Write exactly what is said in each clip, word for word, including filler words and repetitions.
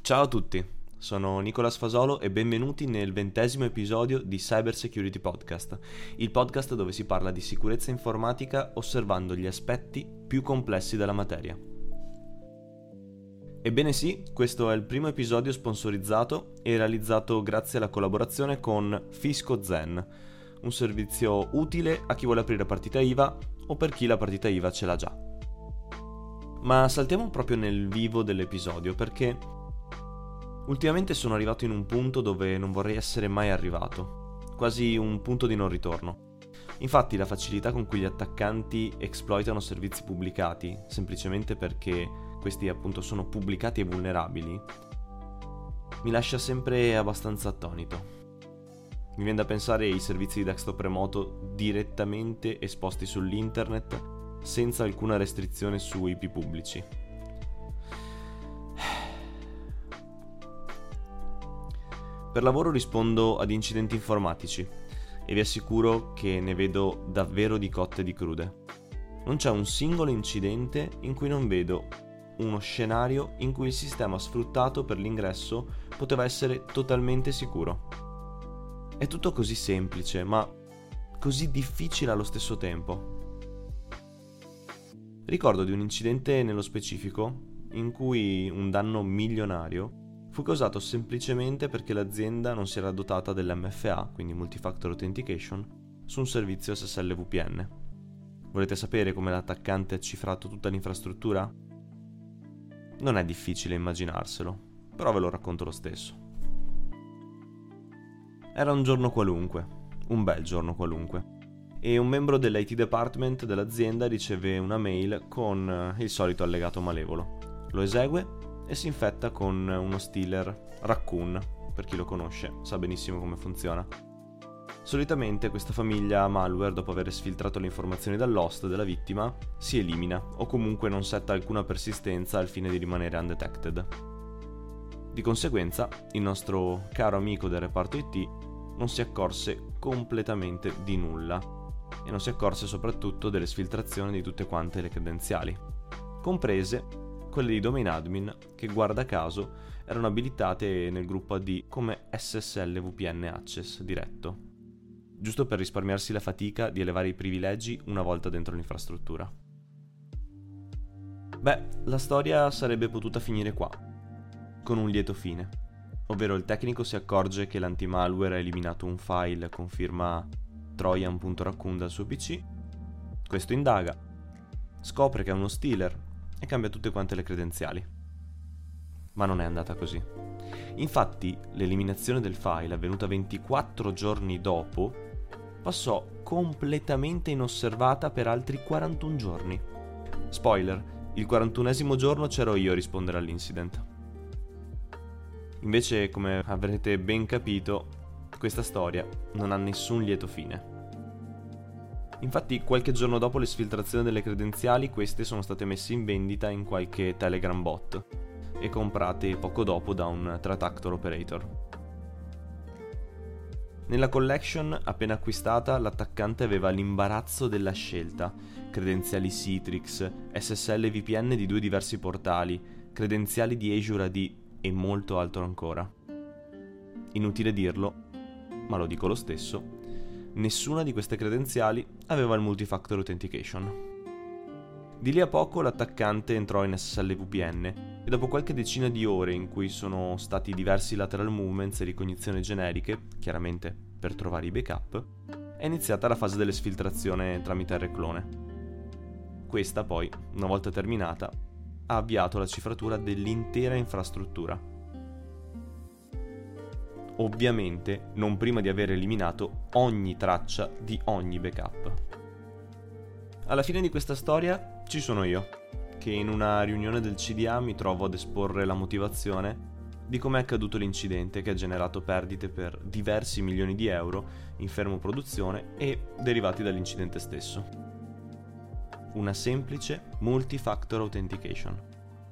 Ciao a tutti, sono Nicolas Fasolo e benvenuti nel ventesimo episodio di Cyber Security Podcast, il podcast dove si parla di sicurezza informatica osservando gli aspetti più complessi della materia. Ebbene sì, questo è il primo episodio sponsorizzato e realizzato grazie alla collaborazione con Fisco Zen, un servizio utile a chi vuole aprire partita I V A o per chi la partita I V A ce l'ha già. Ma saltiamo proprio nel vivo dell'episodio perché ultimamente sono arrivato in un punto dove non vorrei essere mai arrivato, quasi un punto di non ritorno. Infatti la facilità con cui gli attaccanti esploitano servizi pubblicati, semplicemente perché questi appunto sono pubblicati e vulnerabili, mi lascia sempre abbastanza attonito. Mi viene da pensare ai servizi di desktop remoto direttamente esposti sull'internet senza alcuna restrizione su I P pubblici. Per lavoro rispondo ad incidenti informatici e vi assicuro che ne vedo davvero di cotte e di crude. Non c'è un singolo incidente in cui non vedo uno scenario in cui il sistema sfruttato per l'ingresso poteva essere totalmente sicuro. È tutto così semplice, ma così difficile allo stesso tempo. Ricordo di un incidente nello specifico in cui un danno milionario fu causato semplicemente perché l'azienda non si era dotata dell'M F A, quindi Multi-Factor Authentication, su un servizio S S L V P N. Volete sapere come l'attaccante ha cifrato tutta l'infrastruttura? Non è difficile immaginarselo, però ve lo racconto lo stesso. Era un giorno qualunque, un bel giorno qualunque, e un membro dell'I T department dell'azienda riceve una mail con il solito allegato malevolo. Lo esegue e si infetta con uno stealer Raccoon. Per chi lo conosce sa benissimo come funziona. Solitamente questa famiglia malware, dopo aver esfiltrato le informazioni dall'host della vittima, si elimina o comunque non setta alcuna persistenza al fine di rimanere undetected. Di conseguenza il nostro caro amico del reparto I T non si accorse completamente di nulla e non si accorse soprattutto dell'esfiltrazione di tutte quante le credenziali, comprese quelle di domain admin che, guarda caso, erano abilitate nel gruppo A D come S S L V P N Access diretto, giusto per risparmiarsi la fatica di elevare i privilegi una volta dentro l'infrastruttura. Beh, la storia sarebbe potuta finire qua, con un lieto fine, ovvero il tecnico si accorge che l'antimalware ha eliminato un file con firma trojan punto raccoon dal suo P C, questo indaga, scopre che è uno stealer e cambia tutte quante le credenziali. Ma non è andata così. Infatti, l'eliminazione del file, avvenuta ventiquattro giorni dopo, passò completamente inosservata per altri quarantuno giorni. Spoiler, il quarantunesimo giorno c'ero io a rispondere all'incident. Invece, come avrete ben capito, questa storia non ha nessun lieto fine. Infatti, qualche giorno dopo l'esfiltrazione delle credenziali, queste sono state messe in vendita in qualche Telegram bot e comprate poco dopo da un threat actor operator. Nella collection appena acquistata, l'attaccante aveva l'imbarazzo della scelta: credenziali Citrix, S S L V P N di due diversi portali, credenziali di Azure A D e molto altro ancora. Inutile dirlo, ma lo dico lo stesso, nessuna di queste credenziali aveva il Multi-Factor Authentication. Di lì a poco l'attaccante entrò in S S L V P N e dopo qualche decina di ore in cui sono stati diversi lateral movements e ricognizioni generiche, chiaramente per trovare i backup, è iniziata la fase dell'esfiltrazione tramite R-clone. Questa poi, una volta terminata, ha avviato la cifratura dell'intera infrastruttura. Ovviamente non prima di aver eliminato ogni traccia di ogni backup. Alla fine di questa storia ci sono io, che in una riunione del C D A mi trovo ad esporre la motivazione di come è accaduto l'incidente che ha generato perdite per diversi milioni di euro in fermo produzione e derivati dall'incidente stesso. Una semplice multi-factor authentication.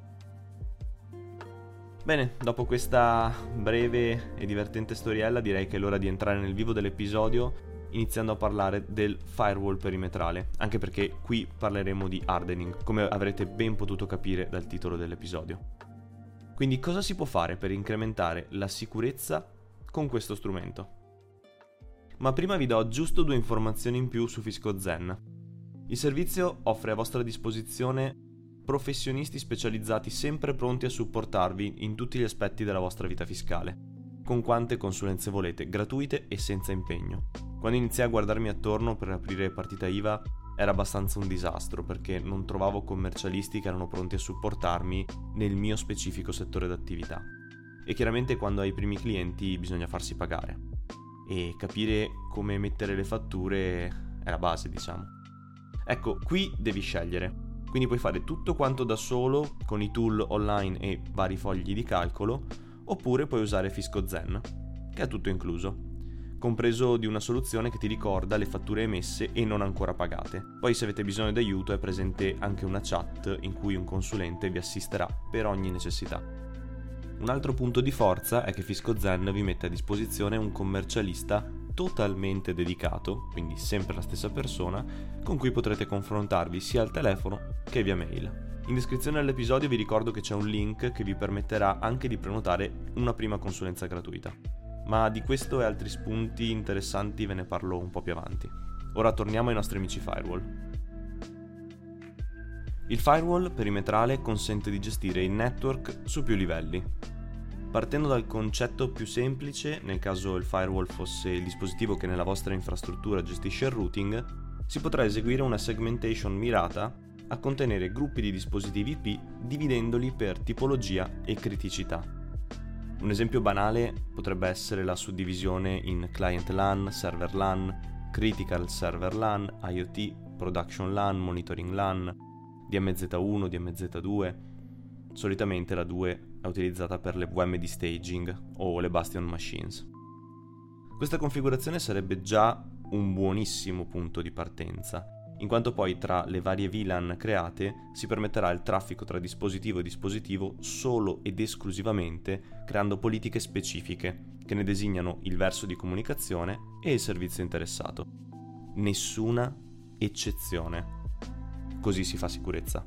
Bene, dopo questa breve e divertente storiella direi che è l'ora di entrare nel vivo dell'episodio, iniziando a parlare del firewall perimetrale, anche perché qui parleremo di hardening, come avrete ben potuto capire dal titolo dell'episodio. Quindi cosa si può fare per incrementare la sicurezza con questo strumento? Ma prima vi do giusto due informazioni in più su FiscoZen. Il servizio offre a vostra disposizione professionisti specializzati sempre pronti a supportarvi in tutti gli aspetti della vostra vita fiscale, con quante consulenze volete, gratuite e senza impegno. Quando iniziai a guardarmi attorno per aprire partita I V A era abbastanza un disastro perché non trovavo commercialisti che erano pronti a supportarmi nel mio specifico settore d'attività. E chiaramente quando hai i primi clienti bisogna farsi pagare e capire come mettere le fatture è la base, diciamo. Ecco, qui devi scegliere, quindi puoi fare tutto quanto da solo con i tool online e vari fogli di calcolo, oppure puoi usare FiscoZen, che è tutto incluso, compreso di una soluzione che ti ricorda le fatture emesse e non ancora pagate. Poi se avete bisogno d'aiuto è presente anche una chat in cui un consulente vi assisterà per ogni necessità. Un altro punto di forza è che FiscoZen vi mette a disposizione un commercialista totalmente dedicato, quindi sempre la stessa persona, con cui potrete confrontarvi sia al telefono che via mail. In descrizione all'episodio vi ricordo che c'è un link che vi permetterà anche di prenotare una prima consulenza gratuita. Ma di questo e altri spunti interessanti ve ne parlo un po' più avanti. Ora torniamo ai nostri amici firewall. Il firewall perimetrale consente di gestire il network su più livelli. Partendo dal concetto più semplice, nel caso il firewall fosse il dispositivo che nella vostra infrastruttura gestisce il routing, si potrà eseguire una segmentation mirata a contenere gruppi di dispositivi I P dividendoli per tipologia e criticità. Un esempio banale potrebbe essere la suddivisione in client LAN, server LAN, critical server LAN, IoT, production LAN, monitoring LAN, D M Z uno, D M Z due. Solitamente la due è utilizzata per le V M di staging o le bastion machines. Questa configurazione sarebbe già un buonissimo punto di partenza, in quanto poi tra le varie V LAN create si permetterà il traffico tra dispositivo e dispositivo solo ed esclusivamente creando politiche specifiche che ne designano il verso di comunicazione e il servizio interessato. Nessuna eccezione. Così si fa sicurezza.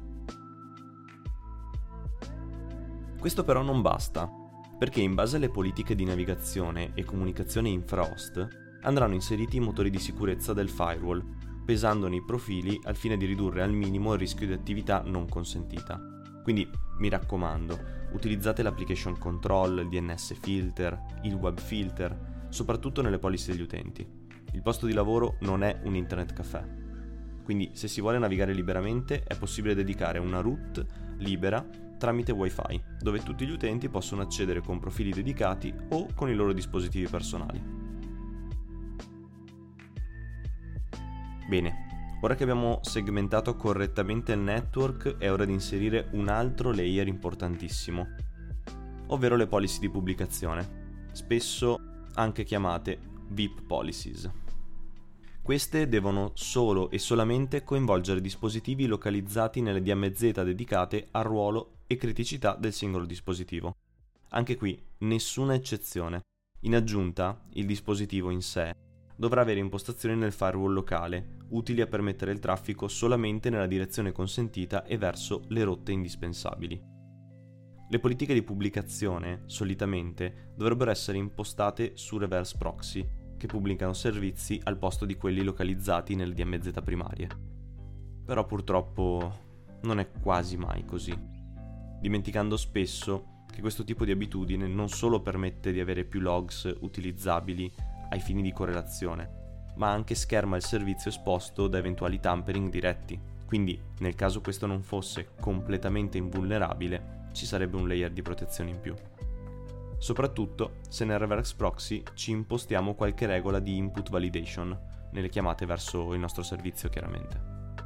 Questo però non basta, perché in base alle politiche di navigazione e comunicazione infra-host andranno inseriti i motori di sicurezza del firewall, pesandone i profili al fine di ridurre al minimo il rischio di attività non consentita. Quindi mi raccomando, utilizzate l'application control, il D N S filter, il web filter, soprattutto nelle policy degli utenti. Il posto di lavoro non è un internet caffè. Quindi se si vuole navigare liberamente è possibile dedicare una route libera tramite Wi-Fi, dove tutti gli utenti possono accedere con profili dedicati o con i loro dispositivi personali. Bene, ora che abbiamo segmentato correttamente il network è ora di inserire un altro layer importantissimo, ovvero le policy di pubblicazione, spesso anche chiamate V I P policies. Queste devono solo e solamente coinvolgere dispositivi localizzati nelle D M Z dedicate al ruolo e criticità del singolo dispositivo. Anche qui nessuna eccezione. In aggiunta, il dispositivo in sé dovrà avere impostazioni nel firewall locale, utili a permettere il traffico solamente nella direzione consentita e verso le rotte indispensabili. Le politiche di pubblicazione, solitamente, dovrebbero essere impostate su reverse proxy, che pubblicano servizi al posto di quelli localizzati nelle D M Z primarie. Però purtroppo non è quasi mai così, dimenticando spesso che questo tipo di abitudine non solo permette di avere più logs utilizzabili ai fini di correlazione, ma anche scherma il servizio esposto da eventuali tampering diretti. Quindi, nel caso questo non fosse completamente invulnerabile, ci sarebbe un layer di protezione in più. Soprattutto se nel reverse proxy ci impostiamo qualche regola di input validation, nelle chiamate verso il nostro servizio chiaramente.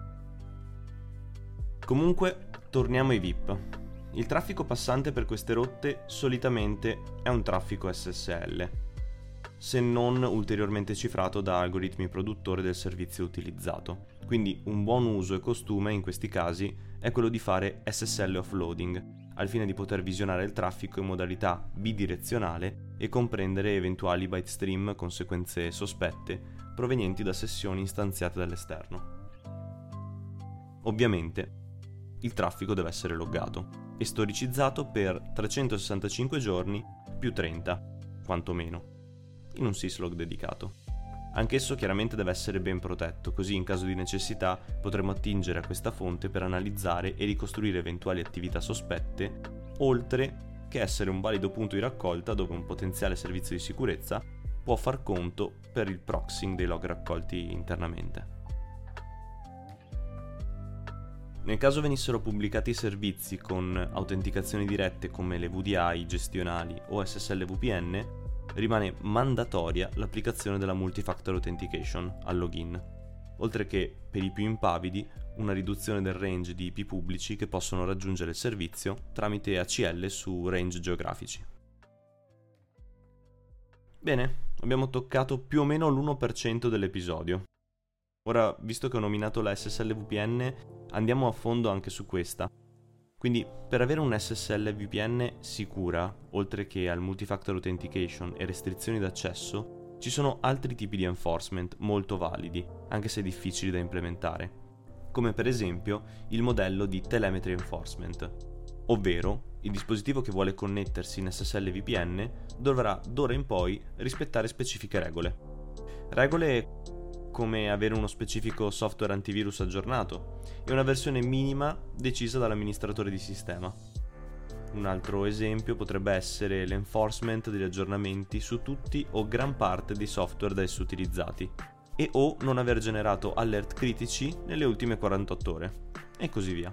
Comunque, torniamo ai V I P. Il traffico passante per queste rotte solitamente è un traffico S S L, se non ulteriormente cifrato da algoritmi produttori del servizio utilizzato. Quindi un buon uso e costume in questi casi è quello di fare S S L offloading, al fine di poter visionare il traffico in modalità bidirezionale e comprendere eventuali byte stream con sequenze sospette provenienti da sessioni istanziate dall'esterno. Ovviamente, il traffico deve essere loggato, e storicizzato per trecentosessantacinque giorni più trenta, quantomeno, in un syslog dedicato. Anch'esso chiaramente deve essere ben protetto, così in caso di necessità potremo attingere a questa fonte per analizzare e ricostruire eventuali attività sospette, oltre che essere un valido punto di raccolta dove un potenziale servizio di sicurezza può far conto per il proxying dei log raccolti internamente. Nel caso venissero pubblicati servizi con autenticazioni dirette come le V D I gestionali o S S L V P N, rimane mandatoria l'applicazione della Multi-Factor Authentication al login, oltre che, per i più impavidi, una riduzione del range di I P pubblici che possono raggiungere il servizio tramite A C L su range geografici. Bene, abbiamo toccato più o meno l'uno per cento dell'episodio. Ora, visto che ho nominato la S S L V P N, andiamo a fondo anche su questa. Quindi, per avere un S S L V P N sicura, oltre che al Multi-Factor Authentication e restrizioni d'accesso, ci sono altri tipi di enforcement molto validi, anche se difficili da implementare, come per esempio il modello di Telemetry Enforcement, ovvero il dispositivo che vuole connettersi in S S L V P N dovrà d'ora in poi rispettare specifiche regole. Regole come avere uno specifico software antivirus aggiornato e una versione minima decisa dall'amministratore di sistema. Un altro esempio potrebbe essere l'enforcement degli aggiornamenti su tutti o gran parte dei software da esso utilizzati e o non aver generato alert critici nelle ultime quarantotto ore, e così via.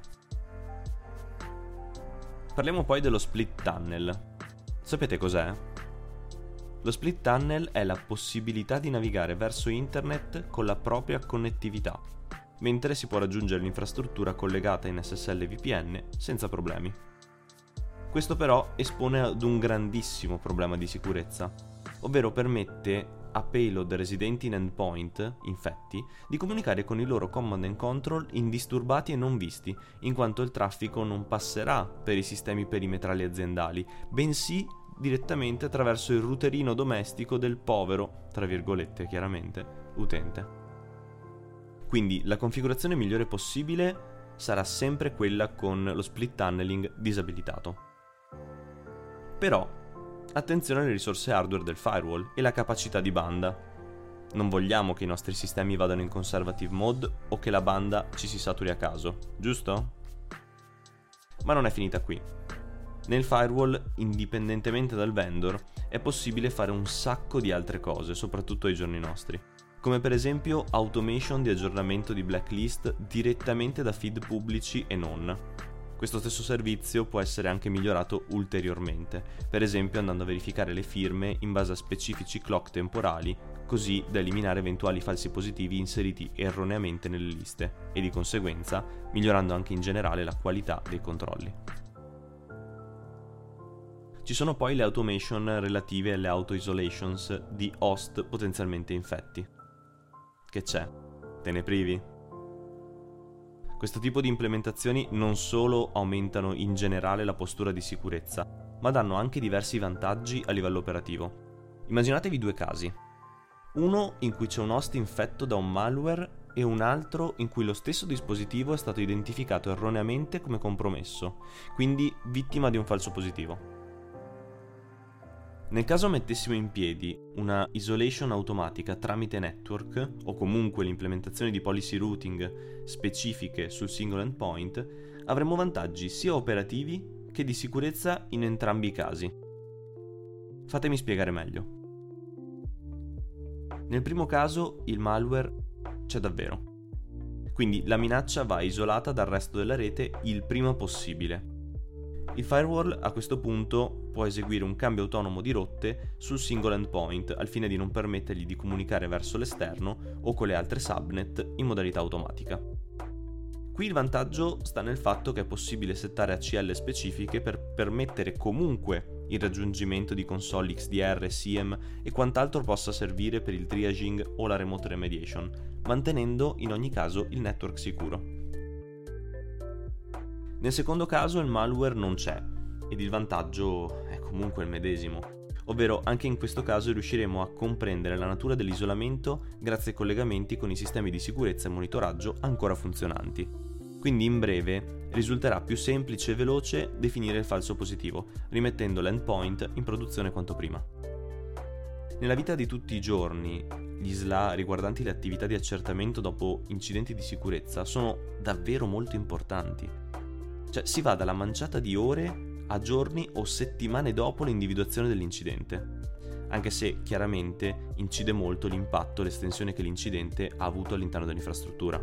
Parliamo poi dello split tunnel. Sapete cos'è? Lo split tunnel è la possibilità di navigare verso internet con la propria connettività, mentre si può raggiungere l'infrastruttura collegata in S S L V P N senza problemi. Questo però espone ad un grandissimo problema di sicurezza, ovvero permette a payload residenti in endpoint, infetti, di comunicare con i loro command and control indisturbati e non visti, in quanto il traffico non passerà per i sistemi perimetrali aziendali, bensì direttamente attraverso il routerino domestico del povero, tra virgolette chiaramente, utente. Quindi la configurazione migliore possibile sarà sempre quella con lo split tunneling disabilitato. Però, attenzione alle risorse hardware del firewall e la capacità di banda. Non vogliamo che i nostri sistemi vadano in conservative mode o che la banda ci si saturi a caso, giusto? Ma non è finita qui. Nel firewall, indipendentemente dal vendor, è possibile fare un sacco di altre cose, soprattutto ai giorni nostri, come per esempio automation di aggiornamento di blacklist direttamente da feed pubblici e non. Questo stesso servizio può essere anche migliorato ulteriormente, per esempio andando a verificare le firme in base a specifici clock temporali, così da eliminare eventuali falsi positivi inseriti erroneamente nelle liste e di conseguenza migliorando anche in generale la qualità dei controlli. Ci sono poi le automation relative alle auto-isolations di host potenzialmente infetti. Che c'è? Te ne privi? Questo tipo di implementazioni non solo aumentano in generale la postura di sicurezza, ma danno anche diversi vantaggi a livello operativo. Immaginatevi due casi. Uno in cui c'è un host infetto da un malware e un altro in cui lo stesso dispositivo è stato identificato erroneamente come compromesso, quindi vittima di un falso positivo. Nel caso mettessimo in piedi una isolation automatica tramite network o comunque l'implementazione di policy routing specifiche sul single endpoint, avremmo vantaggi sia operativi che di sicurezza in entrambi i casi. Fatemi spiegare meglio. Nel primo caso il malware c'è davvero, quindi la minaccia va isolata dal resto della rete il prima possibile. Il firewall a questo punto può eseguire un cambio autonomo di rotte sul single endpoint al fine di non permettergli di comunicare verso l'esterno o con le altre subnet in modalità automatica. Qui il vantaggio sta nel fatto che è possibile settare A C L specifiche per permettere comunque il raggiungimento di console X D R, S I E M e quant'altro possa servire per il triaging o la remote remediation, mantenendo in ogni caso il network sicuro. Nel secondo caso il malware non c'è ed il vantaggio è comunque il medesimo, ovvero anche in questo caso riusciremo a comprendere la natura dell'isolamento grazie ai collegamenti con i sistemi di sicurezza e monitoraggio ancora funzionanti. Quindi in breve risulterà più semplice e veloce definire il falso positivo, rimettendo l'endpoint in produzione quanto prima. Nella vita di tutti i giorni, gli S L A riguardanti le attività di accertamento dopo incidenti di sicurezza sono davvero molto importanti. Cioè, si va dalla manciata di ore a giorni o settimane dopo l'individuazione dell'incidente, anche se chiaramente incide molto l'impatto e l'estensione che l'incidente ha avuto all'interno dell'infrastruttura.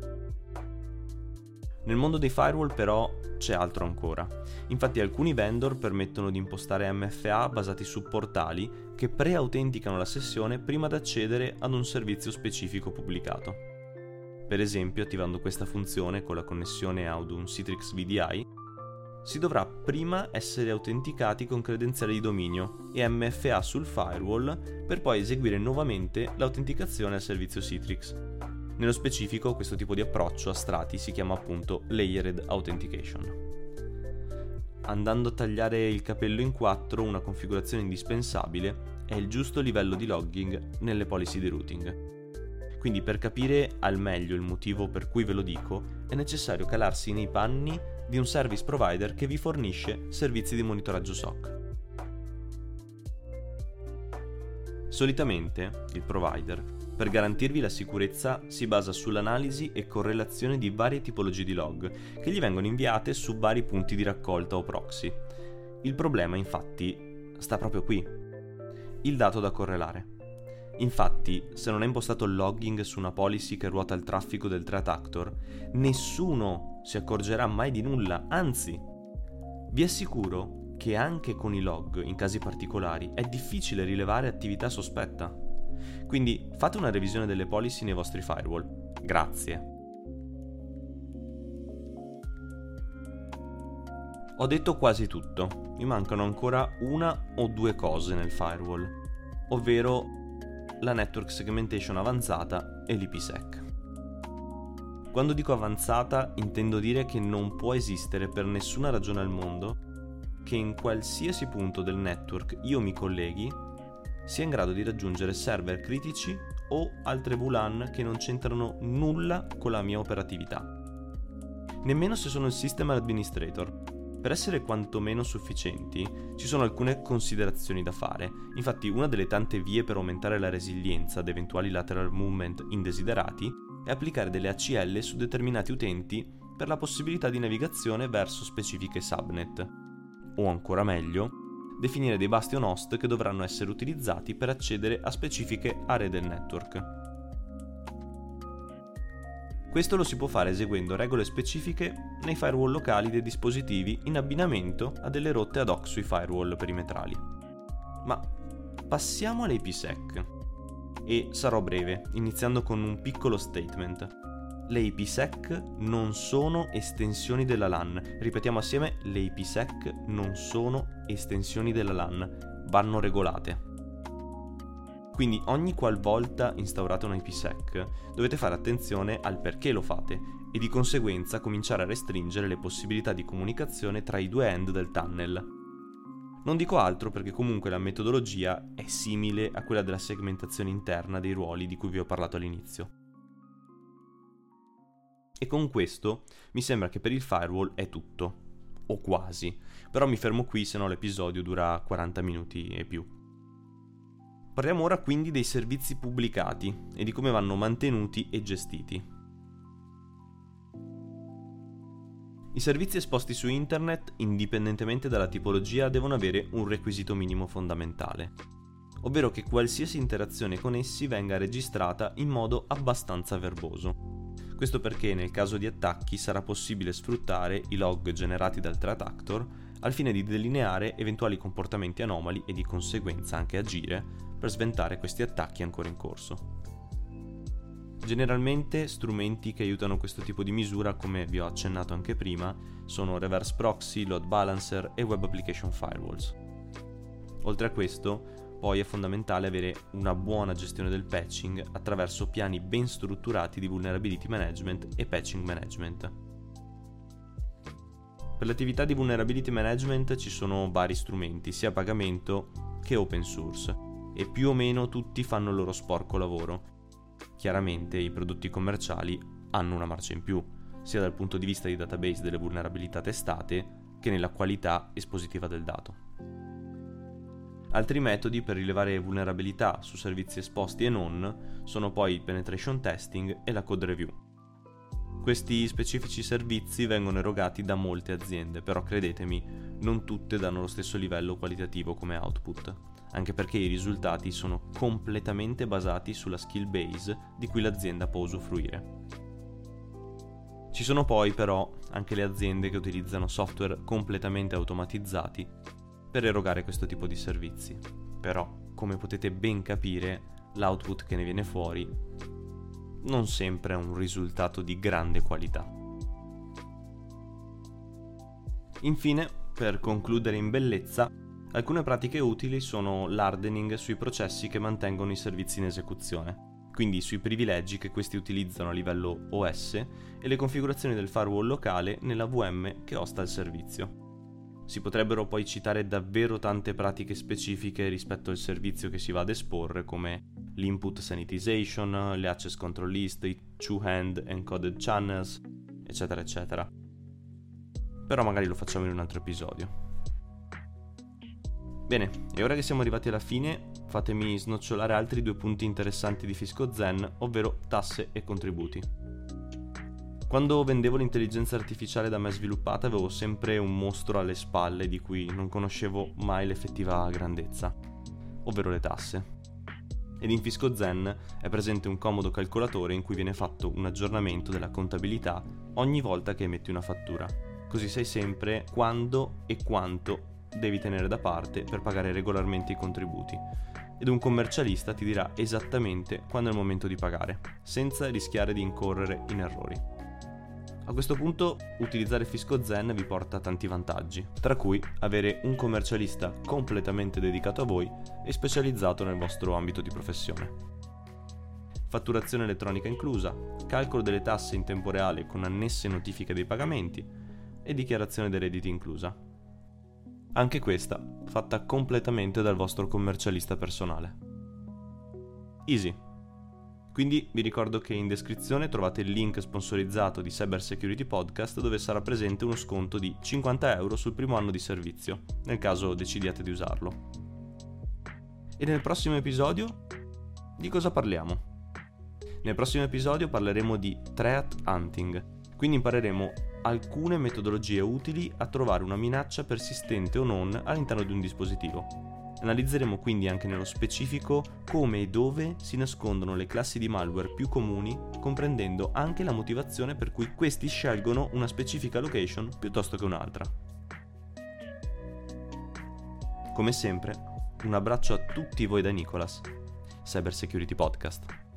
Nel mondo dei firewall però c'è altro ancora. Infatti alcuni vendor permettono di impostare M F A basati su portali che pre-autenticano la sessione prima di accedere ad un servizio specifico pubblicato. Per esempio, attivando questa funzione con la connessione ad un Citrix V D I, si dovrà prima essere autenticati con credenziali di dominio e M F A sul firewall per poi eseguire nuovamente l'autenticazione al servizio Citrix. Nello specifico, questo tipo di approccio a strati si chiama appunto Layered Authentication. Andando a tagliare il capello in quattro, una configurazione indispensabile è il giusto livello di logging nelle policy di routing. Quindi, per capire al meglio il motivo per cui ve lo dico, è necessario calarsi nei panni di un service provider che vi fornisce servizi di monitoraggio S O C. Solitamente, il provider, per garantirvi la sicurezza, si basa sull'analisi e correlazione di varie tipologie di log che gli vengono inviate su vari punti di raccolta o proxy. Il problema, infatti, sta proprio qui: il dato da correlare. Infatti, se non è impostato il logging su una policy che ruota il traffico del threat actor, nessuno si accorgerà mai di nulla, anzi, vi assicuro che anche con i log, in casi particolari, è difficile rilevare attività sospetta. Quindi fate una revisione delle policy nei vostri firewall. Grazie. Ho detto quasi tutto, mi mancano ancora una o due cose nel firewall, ovvero la network segmentation avanzata e l'I P sec. Quando dico avanzata intendo dire che non può esistere per nessuna ragione al mondo che in qualsiasi punto del network io mi colleghi sia in grado di raggiungere server critici o altre V LAN che non c'entrano nulla con la mia operatività. Nemmeno se sono il System Administrator. Per essere quantomeno sufficienti, ci sono alcune considerazioni da fare. Infatti, una delle tante vie per aumentare la resilienza ad eventuali lateral movement indesiderati è applicare delle A C L su determinati utenti per la possibilità di navigazione verso specifiche subnet. O ancora meglio, definire dei bastion host che dovranno essere utilizzati per accedere a specifiche aree del network. Questo lo si può fare eseguendo regole specifiche nei firewall locali dei dispositivi in abbinamento a delle rotte ad hoc sui firewall perimetrali. Ma passiamo all'I P sec. E sarò breve, iniziando con un piccolo statement. Le I P sec non sono estensioni della LAN. Ripetiamo assieme, le I P sec non sono estensioni della LAN, vanno regolate. Quindi ogni qualvolta instaurate una I P sec dovete fare attenzione al perché lo fate e di conseguenza cominciare a restringere le possibilità di comunicazione tra i due end del tunnel. Non dico altro perché comunque la metodologia è simile a quella della segmentazione interna dei ruoli di cui vi ho parlato all'inizio. E con questo mi sembra che per il firewall è tutto, o quasi, però mi fermo qui se no l'episodio dura quaranta minuti e più. Parliamo ora quindi dei servizi pubblicati e di come vanno mantenuti e gestiti. I servizi esposti su internet, indipendentemente dalla tipologia, devono avere un requisito minimo fondamentale, ovvero che qualsiasi interazione con essi venga registrata in modo abbastanza verboso. Questo perché nel caso di attacchi sarà possibile sfruttare i log generati dal threat actor al fine di delineare eventuali comportamenti anomali e di conseguenza anche agire per sventare questi attacchi ancora in corso. Generalmente strumenti che aiutano questo tipo di misura, come vi ho accennato anche prima, sono reverse proxy, load balancer e web application firewalls. Oltre a questo, poi è fondamentale avere una buona gestione del patching attraverso piani ben strutturati di vulnerability management e patching management. Per l'attività di vulnerability management ci sono vari strumenti, sia a pagamento che open source, e più o meno tutti fanno il loro sporco lavoro. Chiaramente i prodotti commerciali hanno una marcia in più, sia dal punto di vista di database delle vulnerabilità testate che nella qualità espositiva del dato. Altri metodi per rilevare vulnerabilità su servizi esposti e non sono poi il penetration testing e la code review. Questi specifici servizi vengono erogati da molte aziende, però credetemi, non tutte danno lo stesso livello qualitativo come output, anche perché i risultati sono completamente basati sulla skill base di cui l'azienda può usufruire. Ci sono poi però anche le aziende che utilizzano software completamente automatizzati per erogare questo tipo di servizi. Però, come potete ben capire, l'output che ne viene fuori non sempre è un risultato di grande qualità. Infine, per concludere in bellezza, alcune pratiche utili sono l'hardening sui processi che mantengono i servizi in esecuzione, quindi sui privilegi che questi utilizzano a livello O S e le configurazioni del firewall locale nella V M che osta il servizio. Si potrebbero poi citare davvero tante pratiche specifiche rispetto al servizio che si va ad esporre, come l'input sanitization, le access control list, i two-hand encoded channels, eccetera eccetera. Però magari lo facciamo in un altro episodio. Bene, e ora che siamo arrivati alla fine, fatemi snocciolare altri due punti interessanti di Fisco Zen, ovvero tasse e contributi. Quando vendevo l'intelligenza artificiale da me sviluppata avevo sempre un mostro alle spalle di cui non conoscevo mai l'effettiva grandezza, ovvero le tasse. Ed in Fisco Zen è presente un comodo calcolatore in cui viene fatto un aggiornamento della contabilità ogni volta che emetti una fattura, così sai sempre quando e quanto devi tenere da parte per pagare regolarmente i contributi, ed un commercialista ti dirà esattamente quando è il momento di pagare, senza rischiare di incorrere in errori. A questo punto utilizzare Fisco Zen vi porta tanti vantaggi, tra cui avere un commercialista completamente dedicato a voi e specializzato nel vostro ambito di professione. Fatturazione elettronica inclusa, calcolo delle tasse in tempo reale con annesse notifiche dei pagamenti e dichiarazione dei redditi inclusa. Anche questa fatta completamente dal vostro commercialista personale. Easy. Quindi vi ricordo che in descrizione trovate il link sponsorizzato di Cyber Security Podcast, dove sarà presente uno sconto di cinquanta euro sul primo anno di servizio, nel caso decidiate di usarlo. E nel prossimo episodio di cosa parliamo? Nel prossimo episodio parleremo di threat hunting, quindi impareremo alcune metodologie utili a trovare una minaccia persistente o non all'interno di un dispositivo. Analizzeremo quindi anche nello specifico come e dove si nascondono le classi di malware più comuni, comprendendo anche la motivazione per cui questi scelgono una specifica location piuttosto che un'altra. Come sempre, un abbraccio a tutti voi da Nicolas, Cyber Security Podcast.